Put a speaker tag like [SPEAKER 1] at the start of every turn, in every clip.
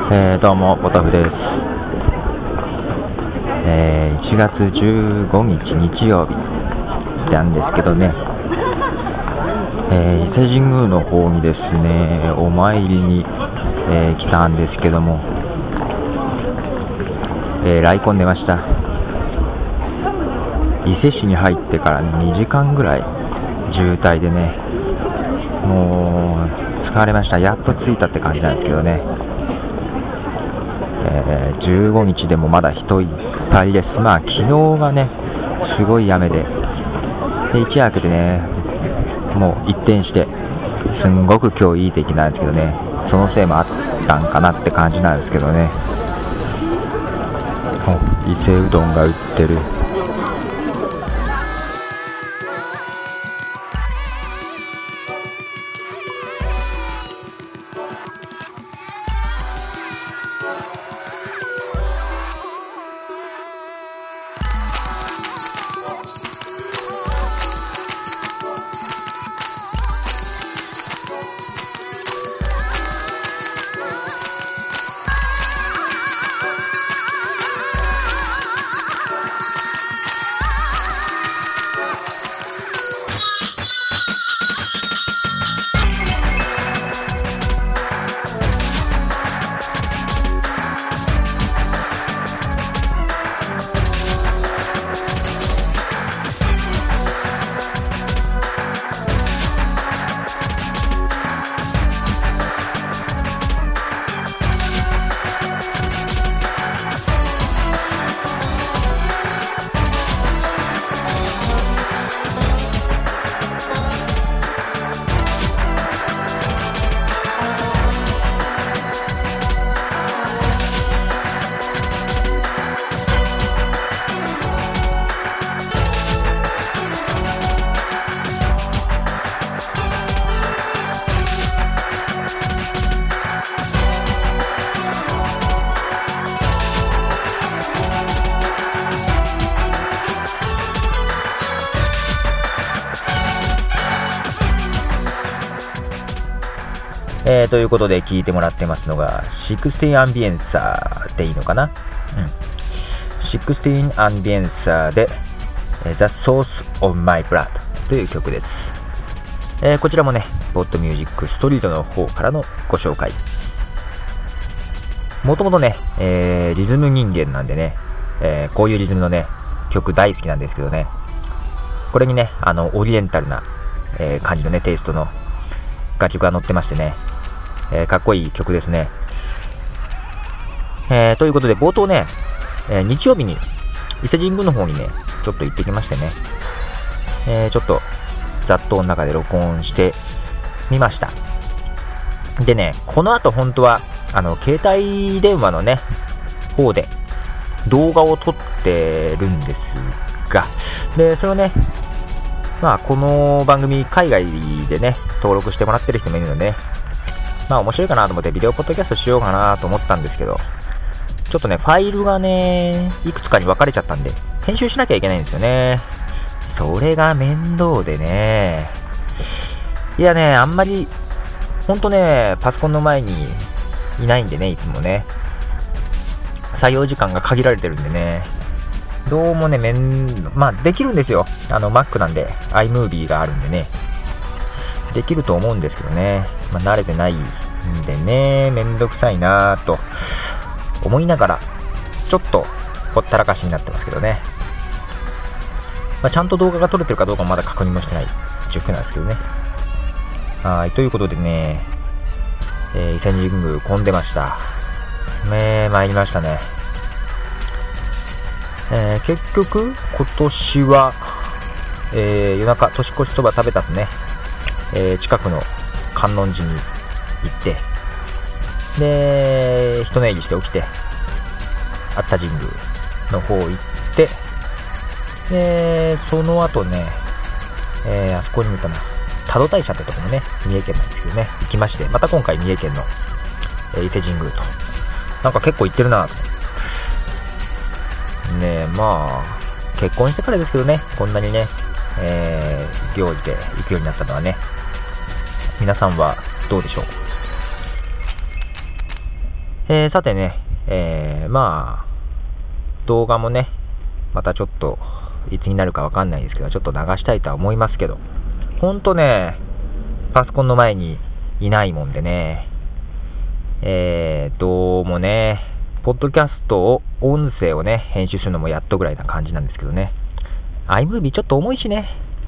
[SPEAKER 1] どうも、ポトフです。1月15日日曜日なんですけどね、伊勢神宮の方にですね、お参りに、来たんですけども、来混んでました。伊勢市に入ってから2時間ぐらい渋滞でね、もう疲れました。やっと着いたって感じなんですけどね。15日でもまだ人いっぱいです。まあ昨日がねすごい雨で、一夜明けてね、もう一転してすんごく今日いい天気なんですけどね、そのせいもあったんかなって感じなんですけどね。伊勢うどんが売ってる。ということで聞いてもらってますのが16アンビエンサーでいいのかな、16アンビエンサーで The Source of My Blood という曲です。こちらもねボッドミュージックストリートの方からのご紹介。もともとね、リズム人間なんでね、こういうリズムのね曲大好きなんですけどね、これにねオリエンタルな、感じのねテイストの楽曲が載ってましてね、かっこいい曲ですね。ということで冒頭ね、日曜日に伊勢神宮の方にねちょっと行ってきましてね、ちょっと雑踏の中で録音してみました。でね、この後本当は携帯電話のね方で動画を撮ってるんですが、でそれをね、まあこの番組海外でね登録してもらってる人もいるので、まあ面白いかなと思ってビデオポッドキャストしようかなと思ったんですけど、ちょっとねファイルがねいくつかに分かれちゃったんで編集しなきゃいけないんですよね。それが面倒でね、いやね、あんまりほんとねパソコンの前にいないんでね、いつもね作業時間が限られてるんでね、どうもねまあできるんですよ。Mac なんで iMovie があるんでねできると思うんですけどね、まあ、慣れてないんでね、めんどくさいなぁと思いながらちょっとほったらかしになってますけどね、まあ、ちゃんと動画が撮れてるかどうかもまだ確認もしてない状況なんですけどね。はい、ということでね、伊勢神宮混んでました。参りましたね。結局今年は、夜中年越しそば食べたっすね。近くの観音寺に行って、で一寝入りして起きて熱田神宮の方行って、でその後ね、あそこに見たな多度大社ってとこもね三重県なんですけどね行きまして、また今回三重県の、伊勢神宮となんか結構行ってるなとね。まあ結婚してからですけどね、こんなにね、行事で行くようになったのはね。皆さんはどうでしょう。 さてね、動画もね、またちょっといつになるかわかんないですけど、ちょっと流したいとは思いますけど、ほんとね、パソコンの前にいないもんでね、どうもね、ポッドキャストを、音声をね、編集するのもやっとぐらいな感じなんですけどね、iMovie ちょっと重いしね、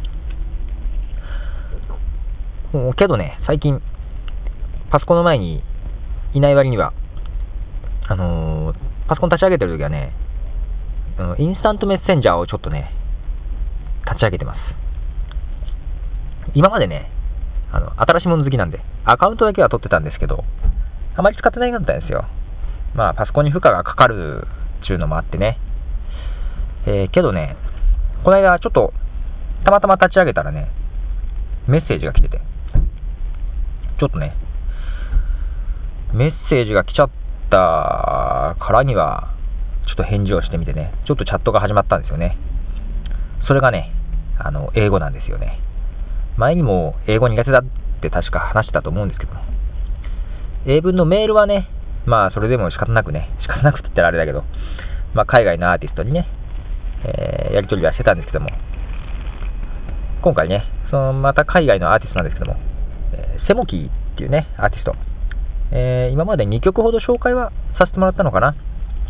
[SPEAKER 1] けどね、最近、パソコンの前にいない割には、パソコン立ち上げてるときはね、インスタントメッセンジャーをちょっとね、立ち上げてます。今までね、新しいもの好きなんで、アカウントだけは取ってたんですけど、あまり使ってないかったんですよ。パソコンに負荷がかかるっていうのもあってね。けどね、この間ちょっと、たまたま立ち上げたらね、メッセージが来てて、ちょっとね、メッセージが来ちゃったからには、ちょっと返事をしてみてね、ちょっとチャットが始まったんですよね。それがね、英語なんですよね。前にも英語苦手だって確か話してたと思うんですけども、英文のメールはね、それでも仕方なくって言ったらあれだけど、海外のアーティストにね、やり取りはしてたんですけども、今回ね、また海外のアーティストなんですけども、セモキーっていうね、アーティスト、今まで2曲ほど紹介はさせてもらったのかな。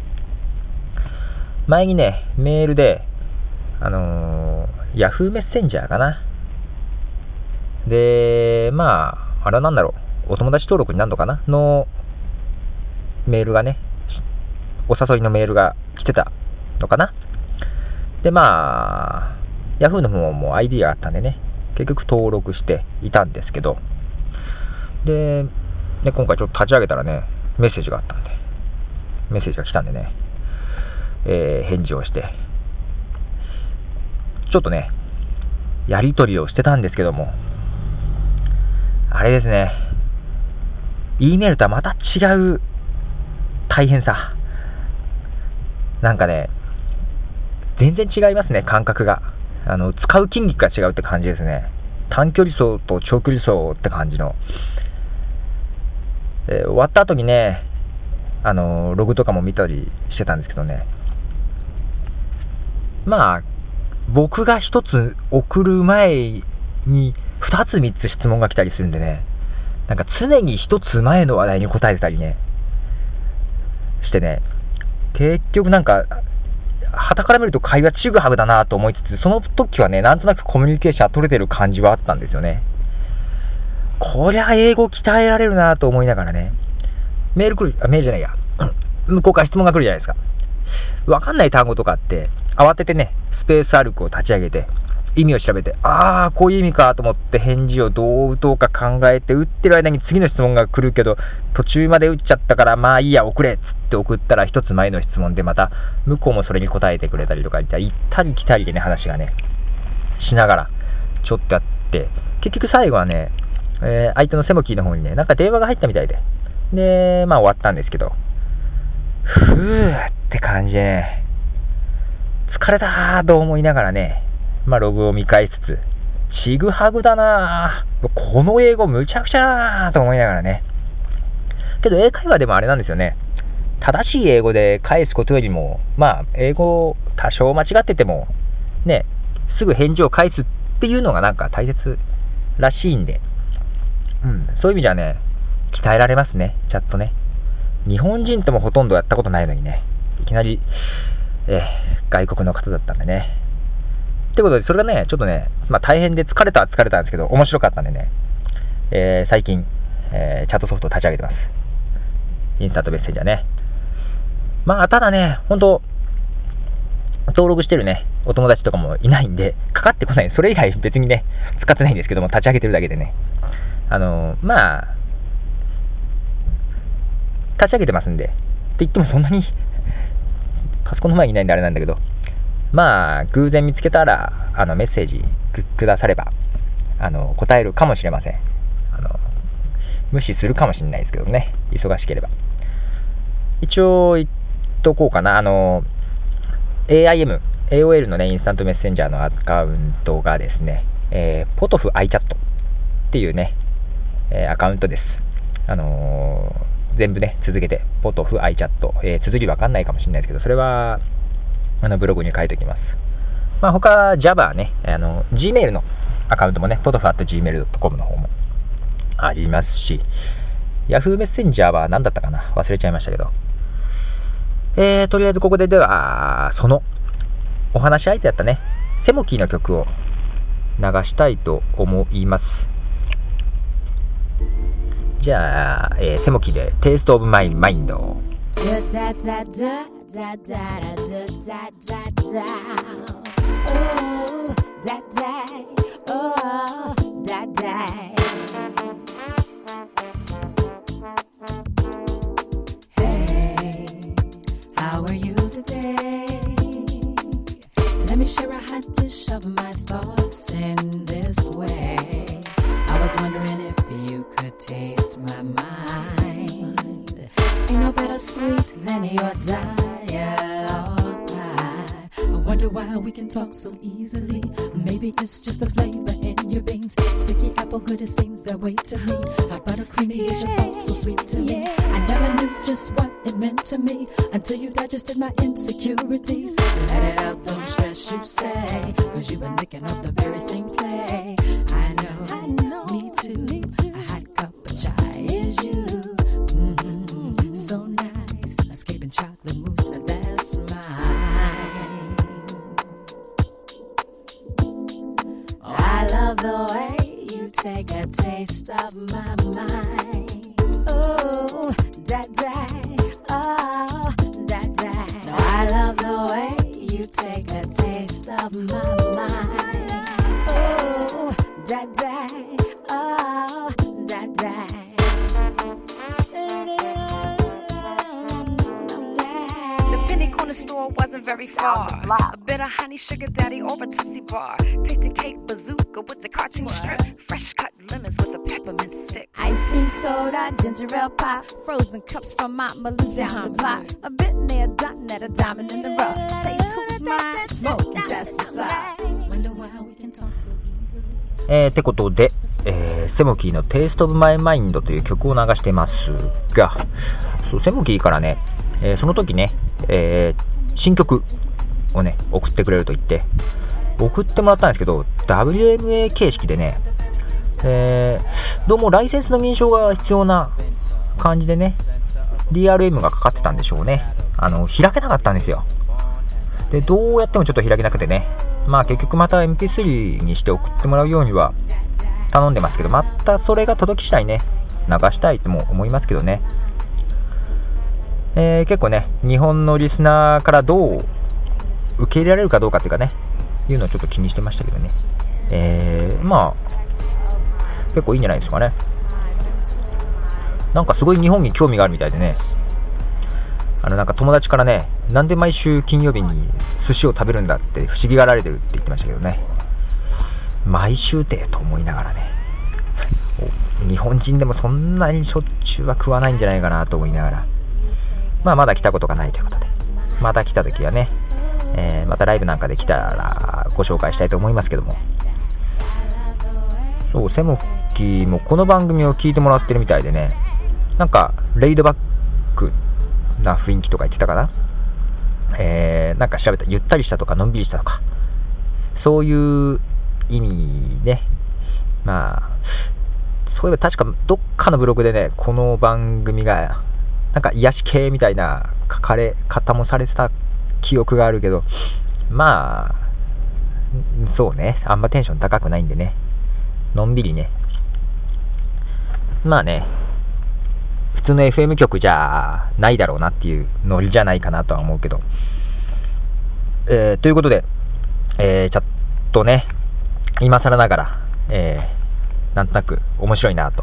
[SPEAKER 1] 前にね、メールで、Yahoo メッセンジャーかな。で、あれはなんだろう、お友達登録になるのかなのメールがね、お誘いのメールが来てたのかな。で、Yahoo の方も ID があったんでね、結局登録していたんですけど、で、今回ちょっと立ち上げたらね、メッセージがあったんで、メッセージが来たんでね、返事をして、ちょっとね、やり取りをしてたんですけども、あれですね、E メールとはまた違う大変さ。なんかね、全然違いますね、感覚が。使う筋肉が違うって感じですね。短距離走と長距離走って感じの。終わった後にね、ログとかも見たりしてたんですけどね。僕が一つ送る前に二つ三つ質問が来たりするんでね、なんか常に一つ前の話題に答えてたりね、してね、結局なんか、傍から見ると会話ちぐはぐだなと思いつつ、その時はね、なんとなくコミュニケーションが取れてる感じはあったんですよね。こりゃ英語鍛えられるなと思いながらね、メールじゃないや、向こうから質問が来るじゃないですか。わかんない単語とかって、慌ててね、スペースアルクを立ち上げて、意味を調べて、こういう意味かと思って返事をどう打とうか考えて、打ってる間に次の質問が来るけど、途中まで打っちゃったからいいや送れっつって送ったら一つ前の質問でまた向こうもそれに答えてくれたりとか行ったり来たりでね、話がねしながらちょっとやって、結局最後はね、相手のセモキーの方にね、なんか電話が入ったみたいで、終わったんですけど、ふーって感じでね、疲れたーと思いながらね、ログを見返しつつ、ちぐはぐだなぁ、この英語むちゃくちゃだなぁと思いながらね。けど英会話でもあれなんですよね。正しい英語で返すことよりも、英語多少間違ってても、ね、すぐ返事を返すっていうのがなんか大切らしいんで、そういう意味じゃね、鍛えられますね、チャットね。日本人ともほとんどやったことないのにね、いきなり、外国の方だったんでね。ということで、それがね、ちょっとね、大変で疲れたんですけど、面白かったんでね、最近、チャットソフトを立ち上げてます。インスタントメッセンジャーね。ただね、本当登録してるね、お友達とかもいないんで、かかってこない。それ以外別にね、使ってないんですけども、立ち上げてるだけでね。立ち上げてますんで、って言ってもそんなに、パソコンの前にいないんであれなんだけど、偶然見つけたら、メッセージくだされば、答えるかもしれません。無視するかもしれないですけどね、忙しければ。一応言っとこうかな。AOL のね、インスタントメッセンジャーのアカウントがですね、ポトフ iChat っていうね、アカウントです。 全部ね、続けて、ポトフ iChat、綴りわかんないかもしれないですけど、それは、ブログに書いておきます。まあ、他、Java ね、Gmail のアカウントもね、potofu@gmail.com の方もありますし、Yahoo メッセンジャーは何だったかな忘れちゃいましたけど、とりあえずここでその、お話し相手だったね、セモキーの曲を流したいと思います。じゃあ、セモキーで Taste of My Mind。
[SPEAKER 2] Let me share a hot dish of my thoughts in this way. I was wondering if you could taste my mind. Ain't no better sweet than your dialogue pie. I wonder why we can talk so easily. Maybe it's just the flavor in your beans. Sticky apple good, it seems that way to me. Hot butter creamy is your fault, so sweet to me. I never knew just what it meant to me until you digested my insecurities. Let it out, don't stress, you say, cause you've been licking up the very same play. I know, me too. A hot cup of chai is you. So nice, escaping chocolate mousse, now that's mine. I love the way you take a taste of my mind. Oh, da-da, oh, da-da. No, I love the way you take a taste of my mind. Oh, da-da, oh, da-da.
[SPEAKER 3] The penny corner store wasn't very far. A bit of honey, sugar daddy, or a Tootsie Bar. Tasted cake bazooka with the cartoon strip. Fresh cut lemons with a peppermint stick.
[SPEAKER 2] Ice cream soda, ginger ale pie, frozen cups from Mount Malou down the block. A bit near done at a diamond in the rough. Taste who's mine, smoke, that's the side. Wonder why we can talk so easily.
[SPEAKER 1] ってことで、セモキーの Taste of My Mind という曲を流してますが、そうセモキーからね、その時ね、新曲をね、送ってくれると言って、送ってもらったんですけど、WMA 形式でね、どうもライセンスの認証が必要な感じでね、DRM がかかってたんでしょうね。開けなかったんですよ。で、どうやってもちょっと開けなくてね、まあ結局また MP3 にして送ってもらうようには頼んでますけど、またそれが届き次第ね、流したいとも思いますけどね。結構ね、日本のリスナーからどう受け入れられるかどうかっていうかね、いうのをちょっと気にしてましたけどね。まあ、結構いいんじゃないですかね。なんかすごい日本に興味があるみたいでね、なんか友達からね、なんで毎週金曜日に寿司を食べるんだって不思議がられてるって言ってましたけどね。毎週ってと思いながらね、日本人でもそんなにしょっちゅうは食わないんじゃないかなと思いながら、まあまだ来たことがないということで、また来た時はね、またライブなんかで来たらご紹介したいと思いますけども、そう、セモキーもこの番組を聞いてもらってるみたいでね、なんかレイドバックな雰囲気とか言ってたかな、なんか調べた、ゆったりしたとかのんびりしたとか、そういう意味ね。まあそういえば確かどっかのブログでね、この番組がなんか癒し系みたいな書かれ方もされてた記憶があるけど、まあそうね、あんまテンション高くないんでね、のんびりね、まあね、普通の FM 局じゃないだろうなっていうノリじゃないかなとは思うけど、ということで、ちょっとね、今更ながら、なんとなく面白いなと。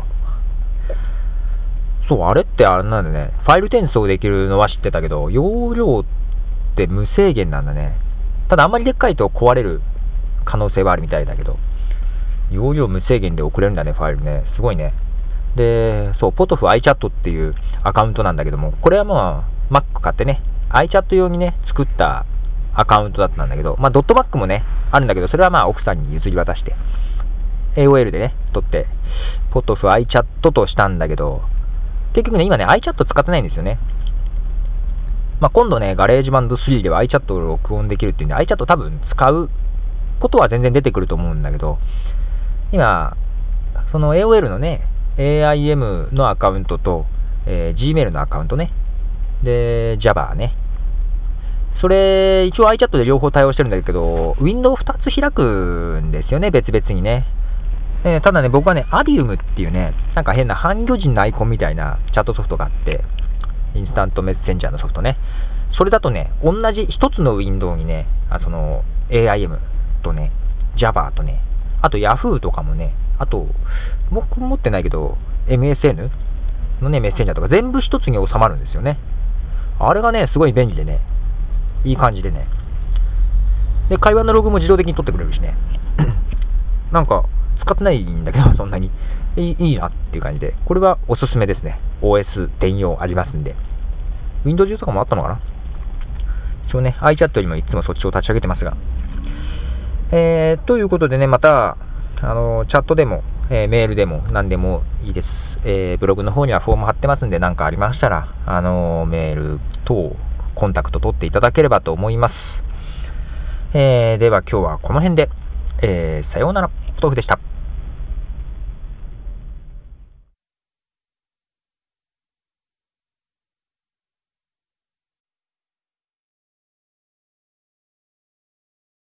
[SPEAKER 1] そう、あれってあれなんだね、ファイル転送できるのは知ってたけど、容量って無制限なんだね。ただあんまりでっかいと壊れる可能性はあるみたいだけど、容量無制限で送れるんだね、ファイルね。すごいね。で、そう、ポトフ iChat っていうアカウントなんだけども、これはまあ Mac 買ってね、iChat 用にね、作ったアカウントだったんだけど、まあドットバックもね、あるんだけど、それはまあ奥さんに譲り渡して、AOL でね、取って、ポトフ iChat としたんだけど、 結局ね、今ね、iChat 使ってないんですよね。今度ね、ガレージバンド3では iChat を録音できるっていうんで、iChat 多分使うことは全然出てくると思うんだけど、今、その AOL のね、AIM のアカウントと、Gmail のアカウントね、で、Java ね、それ、一応 iChat で両方対応してるんだけど、ウィンドウ2つ開くんですよね、別々にね。ただね、僕はね、Adium っていうね、なんか変な半魚人のアイコンみたいなチャットソフトがあって、インスタントメッセンジャーのソフトね。それだとね、同じ一つのウィンドウにね、その AIM とね、Java とね、あと Yahoo とかもね、あと、僕持ってないけど、MSN のね、メッセンジャーとか全部一つに収まるんですよね。あれがね、すごい便利でね、いい感じでね。で、会話のログも自動的に取ってくれるしね。なんか、使ってないんだけど、そんなに。いいなっていう感じで。これはおすすめですね。OS 転用ありますんで。Windows 10とかもあったのかな？一応ね、iChat よりもいつもそっちを立ち上げてますが。ということでね、また、チャットでも、メールでも何でもいいです。ブログの方にはフォーム貼ってますんで、何かありましたら、メール等、コンタクト取っていただければと思います。では今日はこの辺で、さようなら、ポトフでした。